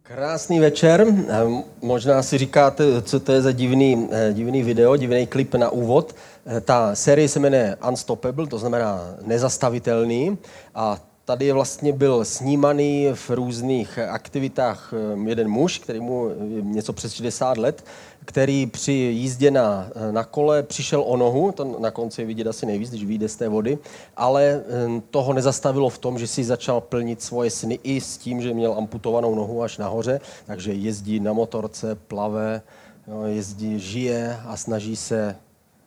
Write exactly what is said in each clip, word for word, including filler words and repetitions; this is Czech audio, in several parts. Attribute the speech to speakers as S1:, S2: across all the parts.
S1: Krásný večer. Možná si říkáte, co to je za divný, divný video, divný klip na úvod. Ta série se jmenuje Unstoppable, to znamená nezastavitelný. A tady vlastně byl snímaný v různých aktivitách jeden muž, který mu je něco přes šedesát let, který při jízdě na, na kole přišel o nohu, to na konci je vidět asi nejvíc, když vyjde z té vody, ale toho nezastavilo v tom, že si začal plnit svoje sny i s tím, že měl amputovanou nohu až nahoře, takže jezdí na motorce, plave, jo, jezdí, žije a snaží se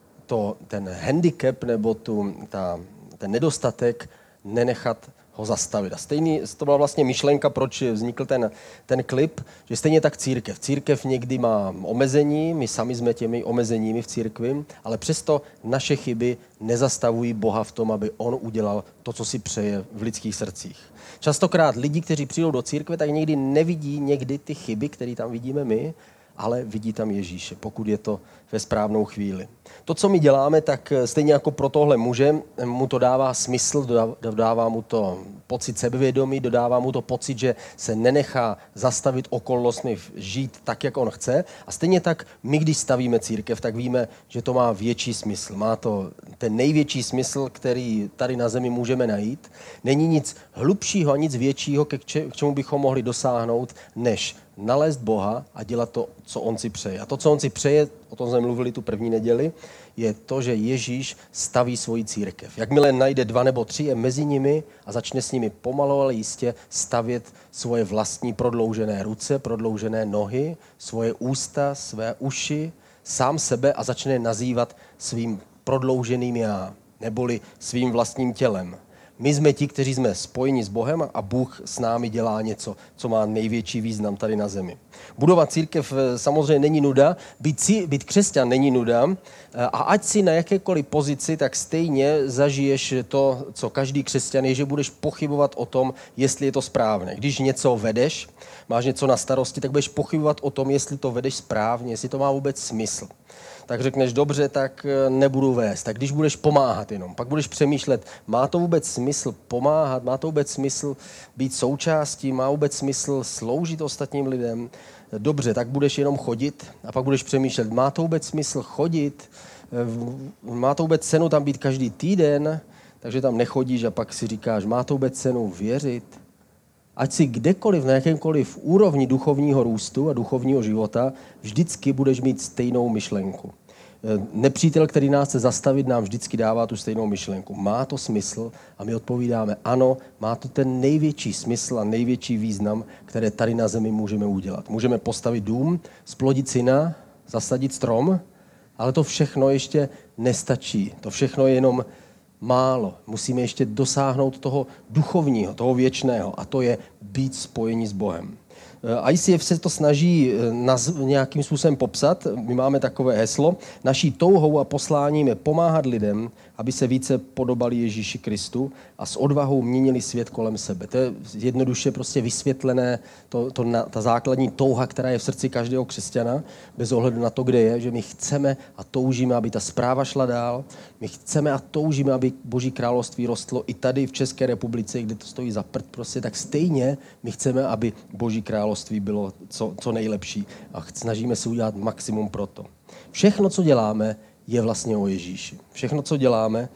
S1: to, ten handicap nebo tu, ta, ten nedostatek nenechat ho zastavit. A stejný, to byla vlastně myšlenka, proč vznikl ten, ten klip, že stejně tak církev. Církev někdy má omezení, my sami jsme těmi omezeními v církvi, ale přesto naše chyby nezastavují Boha v tom, aby on udělal to, co si přeje v lidských srdcích. Častokrát lidi, kteří přijdou do církve, tak někdy nevidí někdy ty chyby, které tam vidíme my, ale vidí tam Ježíše, pokud je to ve správnou chvíli. To, co my děláme, tak stejně jako pro tohle muže, mu to dává smysl, dodává mu to pocit sebevědomí, dodává mu to pocit, že se nenechá zastavit okolnostmi žít tak, jak on chce. A stejně tak my, když stavíme církev, tak víme, že to má větší smysl. Má to ten největší smysl, který tady na zemi můžeme najít. Není nic hlubšího a nic většího, k čemu bychom mohli dosáhnout, než nalézt Boha a dělat to, co on si přeje. A to, co on si přeje, o tom jsme mluvili tu první neděli, je to, že Ježíš staví svoji církev. Jakmile najde dva nebo tři, je mezi nimi a začne s nimi pomalu, ale jistě stavět svoje vlastní prodloužené ruce, prodloužené nohy, svoje ústa, své uši, sám sebe a začne nazývat svým prodlouženým já, neboli svým vlastním tělem. My jsme ti, kteří jsme spojeni s Bohem a Bůh s námi dělá něco, co má největší význam tady na zemi. Budovat církev samozřejmě není nuda, být, cí, být křesťan není nuda a ať si na jakékoliv pozici, tak stejně zažiješ to, co každý křesťan je, že budeš pochybovat o tom, jestli je to správné. Když něco vedeš, máš něco na starosti, tak budeš pochybovat o tom, jestli to vedeš správně, jestli to má vůbec smysl. Tak řekneš, dobře, tak nebudu vést. Tak když budeš pomáhat jenom, pak budeš přemýšlet, má to vůbec smysl pomáhat, má to vůbec smysl být součástí, má vůbec smysl sloužit ostatním lidem. Dobře, tak budeš jenom chodit a pak budeš přemýšlet, má to vůbec smysl chodit, má to vůbec cenu tam být každý týden, takže tam nechodíš a pak si říkáš, má to vůbec cenu věřit. Ať si kdekoliv, na jakémkoliv úrovni duchovního růstu a duchovního života, vždycky budeš mít stejnou myšlenku. Nepřítel, který nás chce zastavit, nám vždycky dává tu stejnou myšlenku. Má to smysl? A my odpovídáme, ano, má to ten největší smysl a největší význam, které tady na zemi můžeme udělat. Můžeme postavit dům, splodit syna, zasadit strom, ale to všechno ještě nestačí. To všechno je jenom málo. Musíme ještě dosáhnout toho duchovního, toho věčného, a to je být spojení s Bohem. I C F se to snaží nás nějakým způsobem popsat. My máme takové heslo. Naší touhou a posláním je pomáhat lidem, aby se více podobali Ježíši Kristu a s odvahou měnili svět kolem sebe. To je jednoduše prostě vysvětlené, to, to, ta základní touha, která je v srdci každého křesťana, bez ohledu na to, kde je, že my chceme a toužíme, aby ta zpráva šla dál. My chceme a toužíme, aby Boží království rostlo i tady v České republice, kde to stojí za prd prostě, tak stejně my chceme, aby Boží království bylo co, co nejlepší a snažíme se udělat maximum pro to. Všechno, co děláme, je vlastně o Ježíši. Všechno, co děláme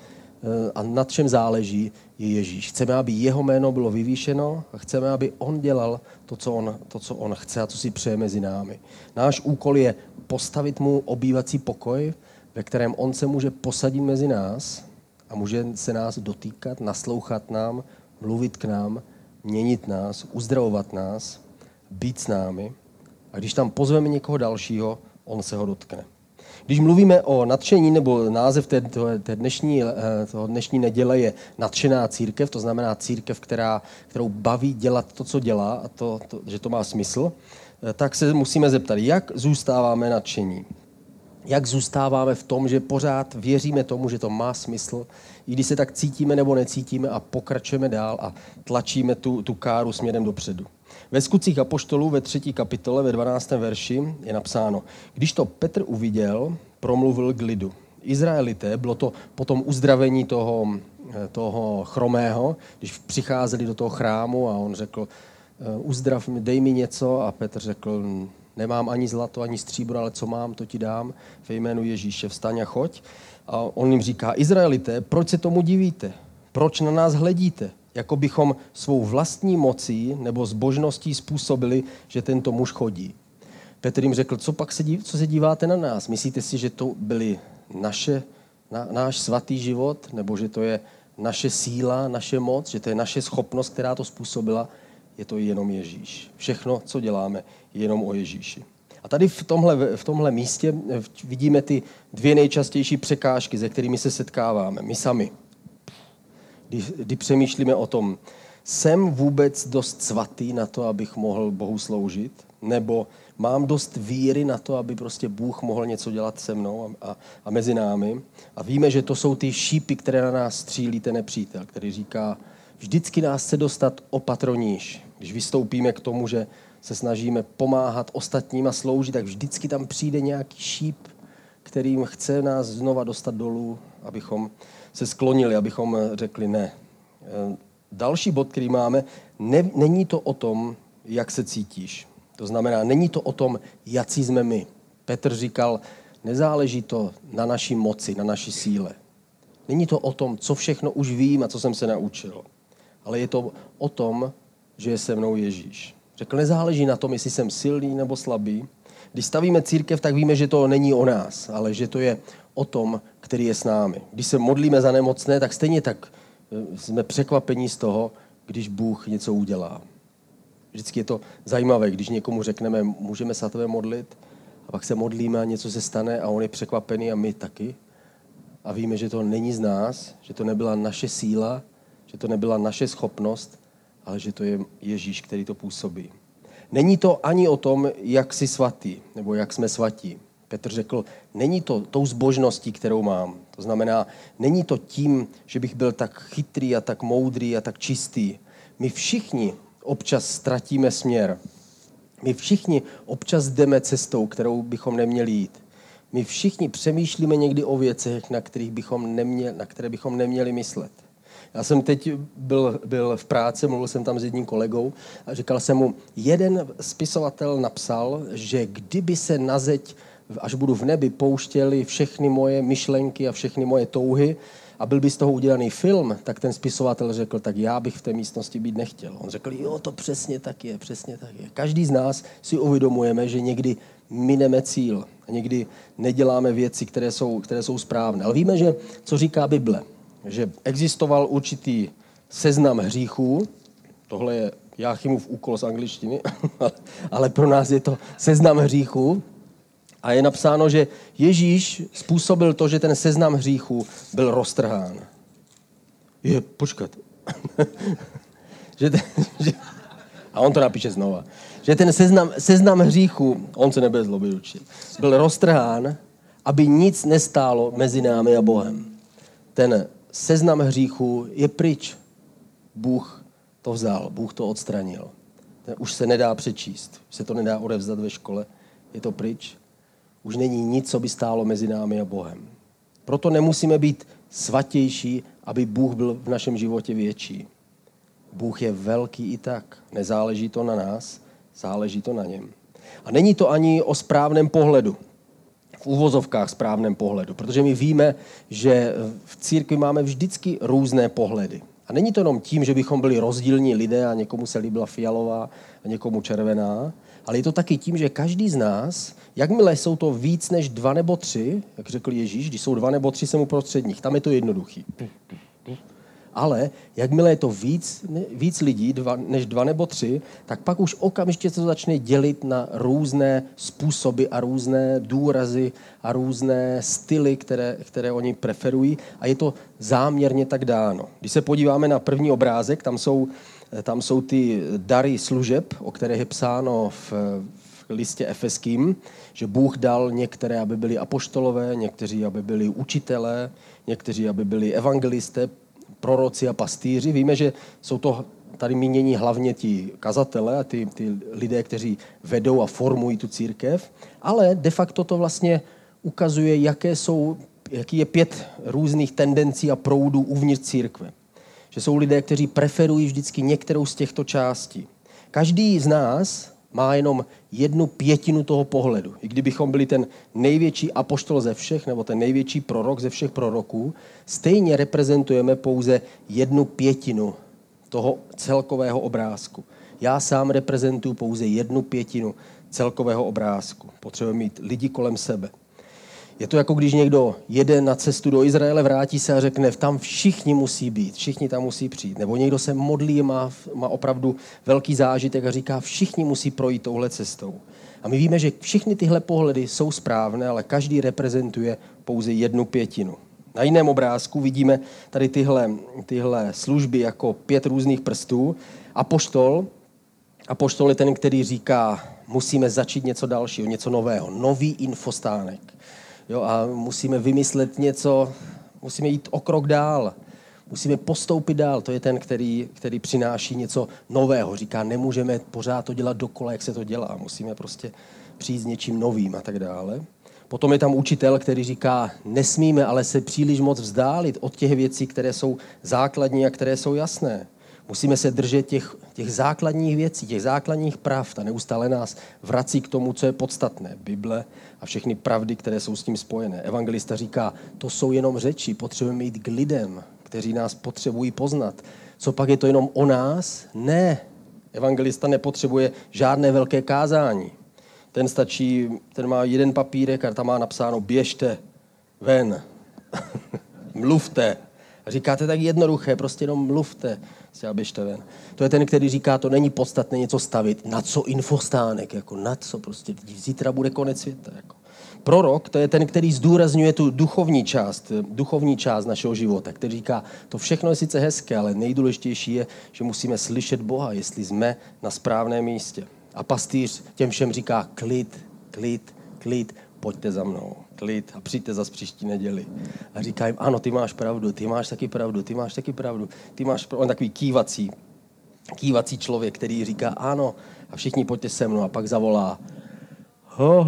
S1: a nad čem záleží, je Ježíš. Chceme, aby jeho jméno bylo vyvýšeno a chceme, aby on dělal to, co on, to, co on chce a co si přeje mezi námi. Náš úkol je postavit mu obývací pokoj, ve kterém on se může posadit mezi nás a může se nás dotýkat, naslouchat nám, mluvit k nám, měnit nás, uzdravovat nás, být s námi. A když tam pozveme někoho dalšího, on se ho dotkne. Když mluvíme o nadšení, nebo název té, té dnešní, toho dnešní neděle je nadšená církev, to znamená církev, která, kterou baví dělat to, co dělá, a to, to, že to má smysl, tak se musíme zeptat, jak zůstáváme nadšení. Jak zůstáváme v tom, že pořád věříme tomu, že to má smysl, i když se tak cítíme nebo necítíme a pokračujeme dál a tlačíme tu, tu káru směrem dopředu. Ve Skutcích apoštolů ve třetí kapitole ve dvanáctém verši je napsáno, když to Petr uviděl, promluvil k lidu. Izraelité, bylo to po tom uzdravení toho, toho chromého, když přicházeli do toho chrámu a on řekl, uzdrav, dej mi něco. A Petr řekl, nemám ani zlato, ani stříbro, ale co mám, to ti dám. Ve jménu Ježíše vstaň a choď. A on jim říká, Izraelité, proč se tomu divíte? Proč na nás hledíte? Jako bychom svou vlastní mocí nebo zbožností způsobili, že tento muž chodí. Petr jim řekl, co pak se, dív, co se díváte na nás? Myslíte si, že to byly naše, na, náš svatý život? Nebo že to je naše síla, naše moc? Že to je naše schopnost, která to způsobila? Je to jenom Ježíš. Všechno, co děláme, je jenom o Ježíši. A tady v tomhle, v tomhle místě vidíme ty dvě nejčastější překážky, se kterými se setkáváme. My sami. Kdy, kdy přemýšlíme o tom, jsem vůbec dost svatý na to, abych mohl Bohu sloužit? Nebo mám dost víry na to, aby prostě Bůh mohl něco dělat se mnou a, a, a mezi námi? A víme, že to jsou ty šípy, které na nás střílí ten nepřítel, který říká, vždycky nás chce dostat opatroníž. Když vystoupíme k tomu, že se snažíme pomáhat ostatním a sloužit, tak vždycky tam přijde nějaký šíp, kterým chce nás znova dostat dolů, abychom se sklonili, abychom řekli ne. Další bod, který máme, ne, není to o tom, jak se cítíš. To znamená, není to o tom, jací jsme my. Petr říkal, nezáleží to na naší moci, na naší síle. Není to o tom, co všechno už vím a co jsem se naučil. Ale je to o tom, že je se mnou Ježíš. Řekl, nezáleží na tom, jestli jsem silný nebo slabý. Když stavíme církev, tak víme, že to není o nás, ale že to je o tom, který je s námi. Když se modlíme za nemocné, tak stejně tak jsme překvapení z toho, když Bůh něco udělá. Vždycky je to zajímavé, když někomu řekneme, můžeme se za tebe modlit, a pak se modlíme a něco se stane a on je překvapený a my taky. A víme, že to není z nás, že to nebyla naše síla, že to nebyla naše schopnost, ale že to je Ježíš, který to působí. Není to ani o tom, jak jsi svatý, nebo jak jsme svatí. Petr řekl, není to tou zbožností, kterou mám. To znamená, není to tím, že bych byl tak chytrý a tak moudrý a tak čistý. My všichni občas ztratíme směr. My všichni občas jdeme cestou, kterou bychom neměli jít. My všichni přemýšlíme někdy o věcech, na, kterých bychom neměli, na které bychom neměli myslet. Já jsem teď byl, byl v práci, mluvil jsem tam s jedním kolegou a říkal jsem mu, jeden spisovatel napsal, že kdyby se na zeď, až budu v nebi, pouštěli všechny moje myšlenky a všechny moje touhy a byl by z toho udělaný film, tak ten spisovatel řekl, tak já bych v té místnosti být nechtěl. On řekl, jo, to přesně tak je, přesně tak je. Každý z nás si uvědomujeme, že někdy mineme cíl a někdy neděláme věci, které jsou, které jsou správné. Ale víme, že co říká Bible, že existoval určitý seznam hříchů, tohle je Jáchymův úkol z angličtiny, ale pro nás je to seznam hříchů, a je napsáno, že Ježíš způsobil to, že ten seznam hříchů byl roztrhán. Je, počkat. že ten, že, a on to napíše znova. Že ten seznam, seznam hříchů, on se nebude zlobit určitě, byl roztrhán, aby nic nestálo mezi námi a Bohem. Ten seznam hříchů je pryč. Bůh to vzal, Bůh to odstranil. Ten už se nedá přečíst, už se to nedá odevzdat ve škole, je to pryč. Už není nic, co by stálo mezi námi a Bohem. Proto nemusíme být svatější, aby Bůh byl v našem životě větší. Bůh je velký i tak. Nezáleží to na nás, záleží to na něm. A není to ani o správném pohledu. V uvozovkách správném pohledu. Protože my víme, že v církvi máme vždycky různé pohledy. A není to jenom tím, že bychom byli rozdílní lidé a někomu se líbila fialová a někomu červená, ale je to taky tím, že každý z nás, jakmile jsou to víc než dva nebo tři, jak řekl Ježíš, když jsou dva nebo tři, jsem uprostředních, tam je to jednoduchý. Ale jakmile je to víc, víc lidí dva, než dva nebo tři, tak pak už okamžitě se to začne dělit na různé způsoby a různé důrazy a různé styly, které, které oni preferují a je to záměrně tak dáno. Když se podíváme na první obrázek, tam jsou, tam jsou ty dary služeb, o kterých je psáno v, v listě Efeským, že Bůh dal některé, aby byli apoštolové, někteří, aby byli učitelé, někteří, aby byli evangelisté, proroci a pastýři. Víme, že jsou to tady mínění hlavně ti kazatelé a ty, ty lidé, kteří vedou a formují tu církev, ale de facto to vlastně ukazuje, jaké jsou, jaký je pět různých tendencí a proudů uvnitř církve. Že jsou lidé, kteří preferují vždycky některou z těchto částí. Každý z nás má jenom jednu pětinu toho pohledu. I kdybychom byli ten největší apoštol ze všech, nebo ten největší prorok ze všech proroků, stejně reprezentujeme pouze jednu pětinu toho celkového obrázku. Já sám reprezentuju pouze jednu pětinu celkového obrázku. Potřebujeme mít lidi kolem sebe. Je to jako když někdo jede na cestu do Izraele, vrátí se a řekne, tam všichni musí být, všichni tam musí přijít. Nebo někdo se modlí, má, má opravdu velký zážitek a říká, všichni musí projít touhle cestou. A my víme, že všechny tyhle pohledy jsou správné, ale každý reprezentuje pouze jednu pětinu. Na jiném obrázku vidíme tady tyhle, tyhle služby jako pět různých prstů. Apoštol, apoštol je ten, který říká, musíme začít něco dalšího, něco nového, nový infostánek. Jo, a musíme vymyslet něco, musíme jít o krok dál, musíme postoupit dál. To je ten, který, který přináší něco nového. Říká, nemůžeme pořád to dělat dokola, jak se to dělá. Musíme prostě přijít s něčím novým a tak dále. Potom je tam učitel, který říká, nesmíme ale se příliš moc vzdálit od těch věcí, které jsou základní a které jsou jasné. Musíme se držet těch, těch základních věcí, těch základních pravd a neustále nás vrací k tomu, co je podstatné. Bible a všechny pravdy, které jsou s tím spojené. Evangelista říká, to jsou jenom řeči, potřebujeme jít k lidem, kteří nás potřebují poznat. Co pak je to jenom o nás? Ne. Evangelista nepotřebuje žádné velké kázání. Ten stačí, ten má jeden papírek a tam má napsáno běžte ven, mluvte. A říkáte tak jednoduché, prostě jenom mluvte, a běžte ven. To je ten, který říká, to není podstatné něco stavit. Na co infostánek, jako na co prostě, zítra bude konec světa. Jako. Prorok, to je ten, který zdůrazňuje tu duchovní část, duchovní část našeho života, který říká, to všechno je sice hezké, ale nejdůležitější je, že musíme slyšet Boha, jestli jsme na správném místě. A pastýř těm všem říká, klid, klid, klid, pojďte za mnou, klid a přijďte zas příští neděli. A říká jim, ano, ty máš pravdu, ty máš taky pravdu, ty máš taky pravdu, ty máš pravdu. On takový kývací, kývací člověk, který říká, ano, a všichni pojďte se mnou a pak zavolá, ho,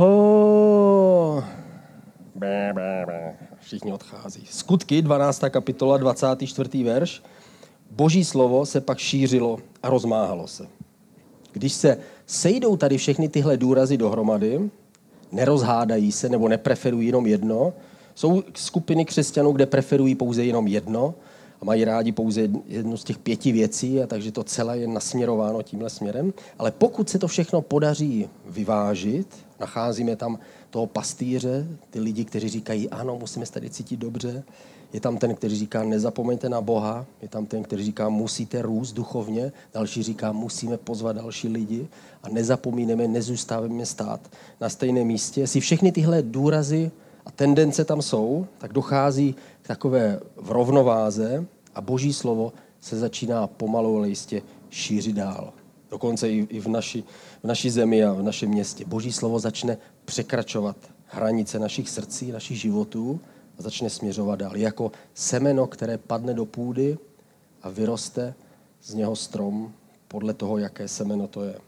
S1: ho, bé, bé, bé. Všichni odchází. Skutky, dvanáctá kapitola, dvacátý čtvrtý verš. Boží slovo se pak šířilo a rozmáhalo se. Když se sejdou tady všechny tyhle důrazy dohromady, nerozhádají se nebo nepreferují jenom jedno, jsou skupiny křesťanů, kde preferují pouze jenom jedno a mají rádi pouze jednu z těch pěti věcí, a takže to celé je nasměrováno tímhle směrem. Ale pokud se to všechno podaří vyvážit, nacházíme tam toho pastýře, ty lidi, kteří říkají, ano, musíme se tady cítit dobře. Je tam ten, který říká, nezapomeňte na Boha. Je tam ten, který říká, musíte růst duchovně. Další říká, musíme pozvat další lidi. A nezapomíneme, nezůstáváme stát na stejném místě. Jestli všechny tyhle důrazy a tendence tam jsou, tak dochází k takové v rovnováze a Boží slovo se začíná pomalu, ale jistě šířit dál. Dokonce i v naší, v naší zemi a v našem městě. Boží slovo začne překračovat hranice našich srdcí, našich životů a začne směřovat dál. Jako semeno, které padne do půdy a vyroste z něho strom podle toho, jaké semeno to je.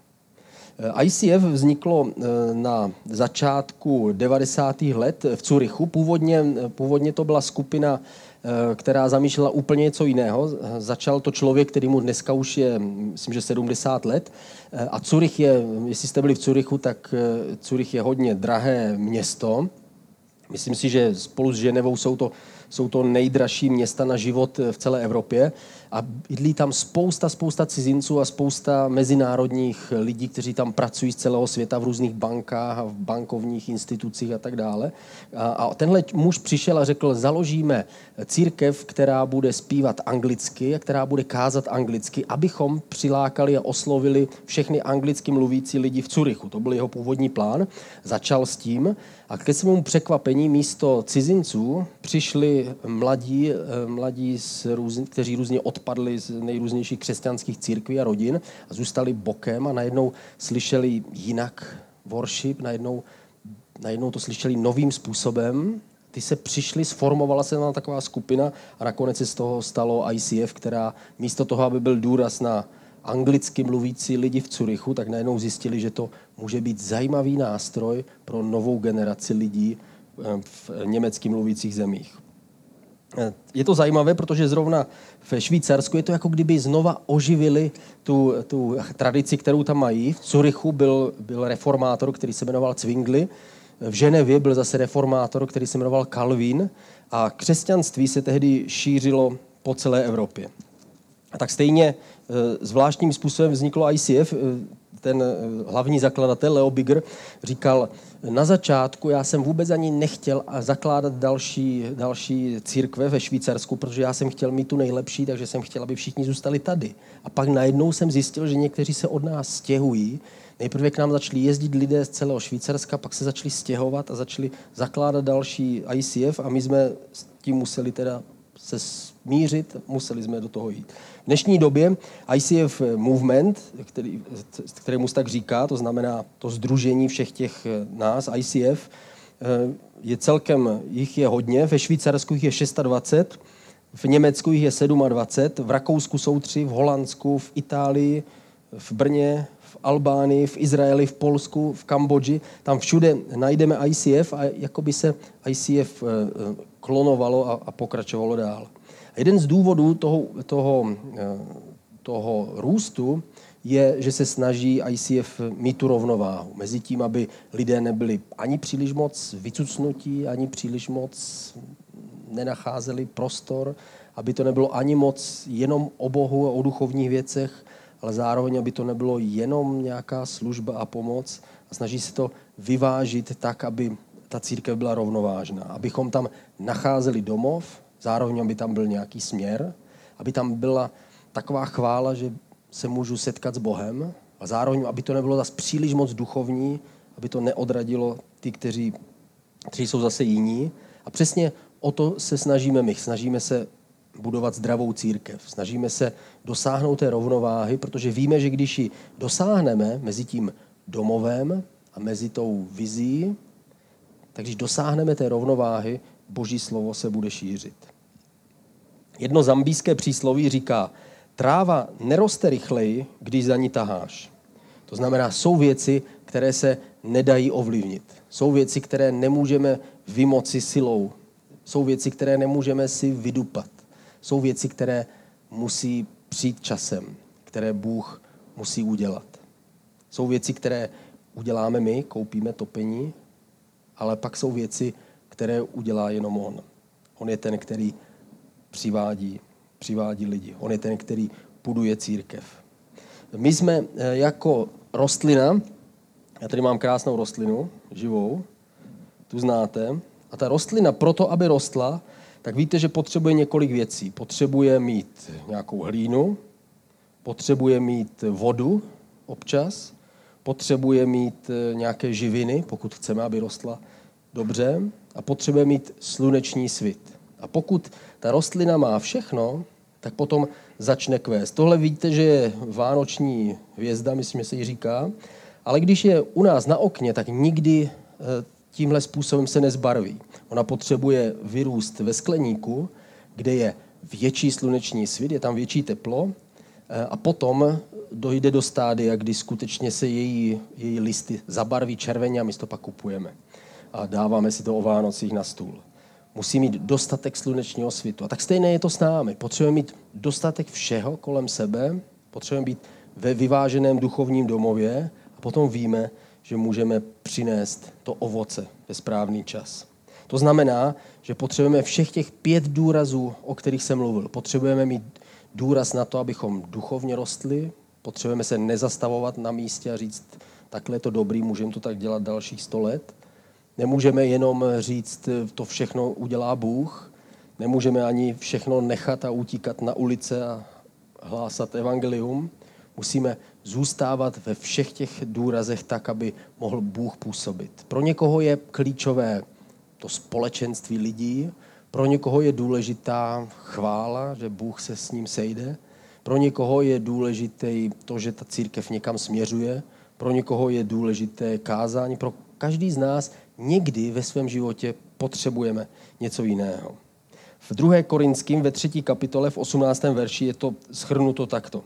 S1: I C F vzniklo na začátku devadesátých let v Curychu. Původně, původně to byla skupina, která zamýšlela úplně něco jiného. Začal to člověk, který mu dneska už je, myslím, že sedmdesát let. A Curych je, jestli jste byli v Curychu, tak Curych je hodně drahé město. Myslím si, že spolu s Ženevou jsou to, jsou to nejdražší města na život v celé Evropě a bydlí tam spousta, spousta cizinců a spousta mezinárodních lidí, kteří tam pracují z celého světa v různých bankách a v bankovních institucích a tak dále. A, a tenhle muž přišel a řekl, založíme církev, která bude zpívat anglicky a která bude kázat anglicky, abychom přilákali a oslovili všechny anglicky mluvící lidi v Curychu. To byl jeho původní plán. Začal s tím a ke svému překvapení místo cizinců přišli mladí, mladí z růz, kteří různě odpadli z nejrůznějších křesťanských církví a rodin a zůstali bokem a najednou slyšeli jinak worship, najednou, najednou to slyšeli novým způsobem. Ty se přišli, sformovala se na taková skupina a nakonec se z toho stalo I C F, která místo toho, aby byl důraz na anglicky mluvící lidi v Curychu, tak najednou zjistili, že to může být zajímavý nástroj pro novou generaci lidí v německy mluvících zemích. Je to zajímavé, protože zrovna ve Švýcarsku je to jako kdyby znova oživili tu, tu tradici, kterou tam mají. V Curychu byl, byl reformátor, který se jmenoval Zwingli. V Ženevě byl zase reformátor, který se jmenoval Calvin. A křesťanství se tehdy šířilo po celé Evropě. A tak stejně zvláštním způsobem vzniklo I C F. Ten hlavní zakladatel Leo Bigger říkal, na začátku já jsem vůbec ani nechtěl zakládat další, další církve ve Švýcarsku, protože já jsem chtěl mít tu nejlepší, takže jsem chtěl, aby všichni zůstali tady. A pak najednou jsem zjistil, že někteří se od nás stěhují. Nejprve k nám začali jezdit lidé z celého Švýcarska, pak se začali stěhovat a začali zakládat další I C F a my jsme s tím museli teda se smířit, museli jsme do toho jít. V dnešní době I C F Movement, který, kterému se tak říká, to znamená to sdružení všech těch nás, I C F, je celkem, jich je hodně, ve Švýcarsku jich je dvacet šest, v Německu jich je dvacet sedm, v Rakousku jsou tři, v Holandsku, v Itálii, v Brně, v Albánii, v Izraeli, v Polsku, v Kambodži. Tam všude najdeme I C F a jakoby se I C F klonovalo a, a pokračovalo dál. A jeden z důvodů toho, toho, toho růstu je, že se snaží I C F mít tu rovnováhu. Mezi tím, aby lidé nebyli ani příliš moc vycucnutí, ani příliš moc nenacházeli prostor, aby to nebylo ani moc jenom o Bohu a o duchovních věcech, ale zároveň, aby to nebylo jenom nějaká služba a pomoc. A snaží se to vyvážit tak, aby ta církev byla rovnovážná. Abychom tam nacházeli domov, zároveň, aby tam byl nějaký směr, aby tam byla taková chvála, že se můžu setkat s Bohem, a zároveň, aby to nebylo zase příliš moc duchovní, aby to neodradilo ty, kteří, kteří jsou zase jiní. A přesně o to se snažíme my. Snažíme se budovat zdravou církev. Snažíme se dosáhnout té rovnováhy, protože víme, že když ji dosáhneme mezi tím domovem a mezi tou vizí, tak když dosáhneme té rovnováhy, Boží slovo se bude šířit. Jedno zambijské přísloví říká, tráva neroste rychleji, když za ní taháš. To znamená, jsou věci, které se nedají ovlivnit. Jsou věci, které nemůžeme vymoci silou. Jsou věci, které nemůžeme si vydupat. Jsou věci, které musí přijít časem, které Bůh musí udělat. Jsou věci, které uděláme my, koupíme topení, ale pak jsou věci, které udělá jenom on. On je ten, který přivádí, přivádí lidi. On je ten, který buduje církev. My jsme jako rostlina, já tady mám krásnou rostlinu, živou, tu znáte, a ta rostlina proto, aby rostla, tak víte, že potřebuje několik věcí. Potřebuje mít nějakou hlínu, potřebuje mít vodu občas, potřebuje mít nějaké živiny, pokud chceme, aby rostla dobře, a potřebuje mít sluneční svit. A pokud ta rostlina má všechno, tak potom začne kvést. Tohle víte, že je vánoční hvězda, myslím, že se jí říká, ale když je u nás na okně, tak nikdy tímhle způsobem se nezbarví. Ona potřebuje vyrůst ve skleníku, kde je větší sluneční svit, je tam větší teplo a potom dojde do stádia, kdy skutečně se její, její listy zabarví červeně a my to pak kupujeme. A dáváme si to o Vánocích na stůl. Musí mít dostatek slunečního svitu. A tak stejné je to s námi. Potřebujeme mít dostatek všeho kolem sebe, potřebujeme být ve vyváženém duchovním domově a potom víme, že můžeme přinést to ovoce ve správný čas. To znamená, že potřebujeme všech těch pět důrazů, o kterých jsem mluvil. Potřebujeme mít důraz na to, abychom duchovně rostli, potřebujeme se nezastavovat na místě a říct, takhle je to dobrý, můžeme to tak dělat dalších sto let. Nemůžeme jenom říct, to všechno udělá Bůh, nemůžeme ani všechno nechat a utíkat na ulice a hlásat evangelium. Musíme zůstávat ve všech těch důrazech tak, aby mohl Bůh působit. Pro někoho je klíčové to společenství lidí, pro někoho je důležitá chvála, že Bůh se s ním sejde, pro někoho je důležité to, že ta církev někam směřuje, pro někoho je důležité kázání, pro každý z nás někdy ve svém životě potřebujeme něco jiného. V druhé Korinským ve třetí kapitole v osmnáctém verši je to shrnuto takto.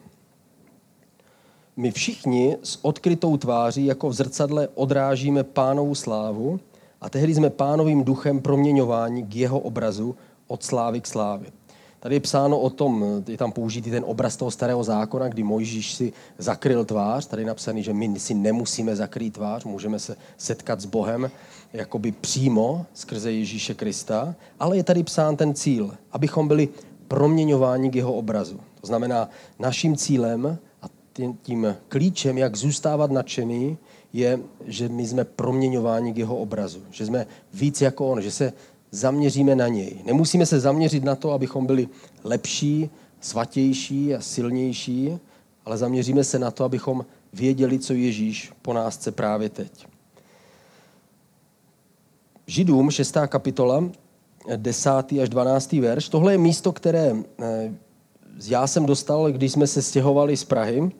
S1: My všichni s odkrytou tváří jako v zrcadle odrážíme Pánovu slávu a tehdy jsme Pánovým duchem proměňováni k jeho obrazu od slávy k slávě. Tady je psáno o tom, je tam použitý ten obraz toho starého zákona, kdy Mojžíš si zakryl tvář. Tady je napsaný, že my si nemusíme zakrýt tvář, můžeme se setkat s Bohem jakoby přímo skrze Ježíše Krista, ale je tady psán ten cíl, abychom byli proměňováni k jeho obrazu. To znamená, naším cílem a tím klíčem, jak zůstávat nadšený, je, že my jsme proměňováni k jeho obrazu. Že jsme víc jako on, že se zaměříme na něj. Nemusíme se zaměřit na to, abychom byli lepší, svatější a silnější, ale zaměříme se na to, abychom věděli, co Ježíš po nás chce právě teď. Židům, šestá kapitola, desátý až dvanáctý verš. Tohle je místo, které já jsem dostal, když jsme se stěhovali z Prahy.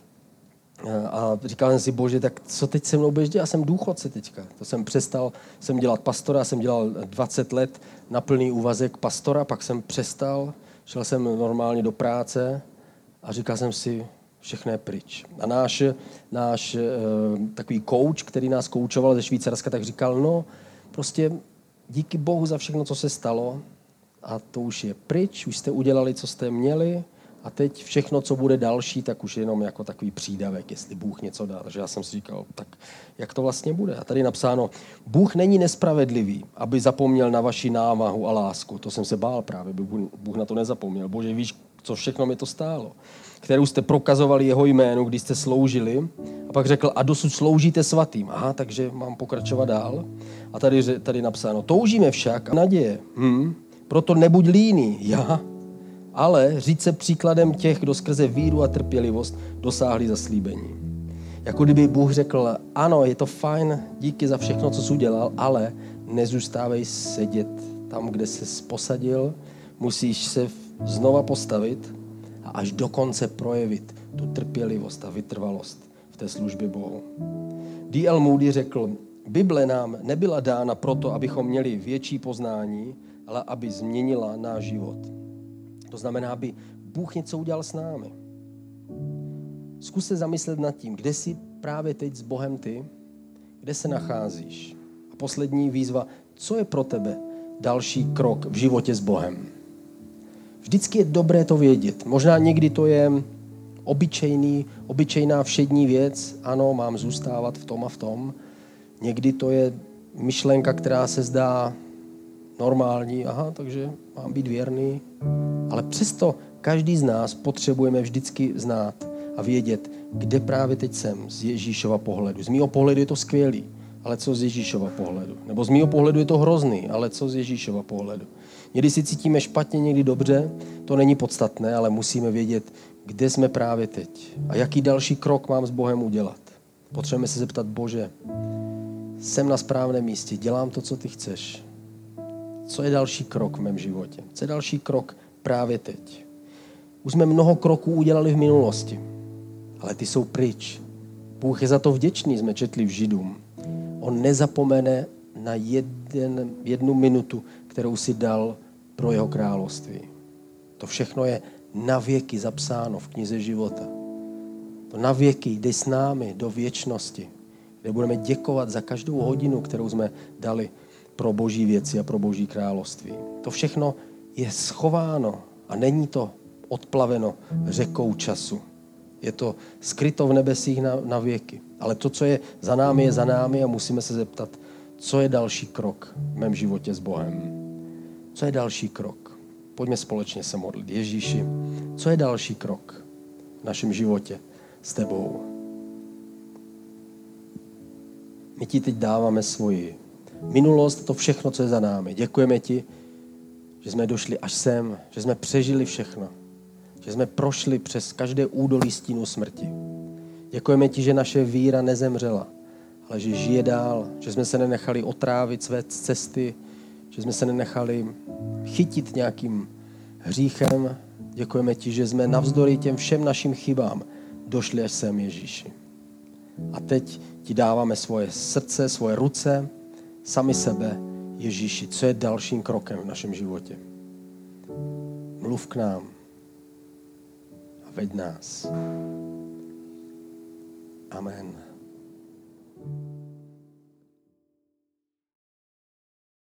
S1: A říkal jsem si, Bože, tak co teď se mnou budeš dělat? Já jsem důchodce teďka. To jsem přestal, jsem dělat pastora, jsem dělal dvacet let na plný úvazek pastora, pak jsem přestal, šel jsem normálně do práce a říkal jsem si, všechno je pryč. A náš, náš takový coach, který nás koučoval ze Švýcarska, tak říkal, no, prostě díky Bohu za všechno, co se stalo a to už je pryč, už jste udělali, co jste měli, a teď všechno, co bude další, tak už jenom jako takový přídavek, jestli Bůh něco dá. Takže já jsem si říkal, tak jak to vlastně bude? A tady je napsáno, Bůh není nespravedlivý, aby zapomněl na vaši námahu a lásku. To jsem se bál právě, by Bůh na to nezapomněl. Bože, víš, co všechno mi to stálo. Kterou jste prokazovali jeho jménu, když jste sloužili. A pak řekl, a dosud sloužíte svatým. Aha, takže mám pokračovat dál. A tady, tady napsáno, toužíme však a naděje. Hm, proto nebuď líný. Já ale říct se příkladem těch, kdo skrze víru a trpělivost dosáhli zaslíbení. Jako kdyby Bůh řekl, ano, je to fajn, díky za všechno, co jsi udělal, ale nezůstávej sedět tam, kde jsi posadil, musíš se znova postavit a až do konce projevit tu trpělivost a vytrvalost v té službě Bohu. D L Moody řekl, Bible nám nebyla dána proto, abychom měli větší poznání, ale aby změnila náš život. To znamená, aby Bůh něco udělal s námi. Zkus se zamyslet nad tím, kde jsi právě teď s Bohem ty, kde se nacházíš. A poslední výzva, co je pro tebe další krok v životě s Bohem. Vždycky je dobré to vědět. Možná někdy to je obyčejný, obyčejná všední věc. Ano, mám zůstávat v tom a v tom. Někdy to je myšlenka, která se zdá normální. Aha, takže mám být věrný. Ale přesto každý z nás potřebujeme vždycky znát a vědět, kde právě teď jsem z Ježíšova pohledu. Z mýho pohledu je to skvělý, ale co z Ježíšova pohledu? Nebo z mýho pohledu je to hrozný, ale co z Ježíšova pohledu? Někdy si cítíme špatně, někdy dobře, to není podstatné, ale musíme vědět, kde jsme právě teď a jaký další krok mám s Bohem udělat. Potřebujeme se zeptat, Bože, jsem na správném místě, dělám to, co ty chceš. Co je další krok v mém životě? Co je další krok právě teď? Už jsme mnoho kroků udělali v minulosti, ale ty jsou pryč. Bůh je za to vděčný, jsme četli v Židům. On nezapomene na jeden, jednu minutu, kterou si dal pro jeho království. To všechno je na věky zapsáno v knize života. To na věky jde s námi do věčnosti, kde budeme děkovat za každou hodinu, kterou jsme dali pro boží věci a pro boží království. To všechno je schováno a není to odplaveno řekou času. Je to skryto v nebesích na, na věky. Ale to, co je za námi, je za námi a musíme se zeptat, co je další krok v mém životě s Bohem. Co je další krok? Pojďme společně se modlit. Ježíši, co je další krok v našem životě s tebou? My ti teď dáváme svoji minulost, to všechno, co je za námi. Děkujeme ti, že jsme došli až sem, že jsme přežili všechno, že jsme prošli přes každé údolí stínu smrti. Děkujeme ti, že naše víra nezemřela, ale že žije dál, že jsme se nenechali otrávit své cesty, že jsme se nenechali chytit nějakým hříchem. Děkujeme ti, že jsme navzdory těm všem našim chybám došli až sem, Ježíši. A teď ti dáváme svoje srdce, svoje ruce, sami sebe, Ježíši, co je dalším krokem v našem životě. Mluv k nám a veď nás. Amen.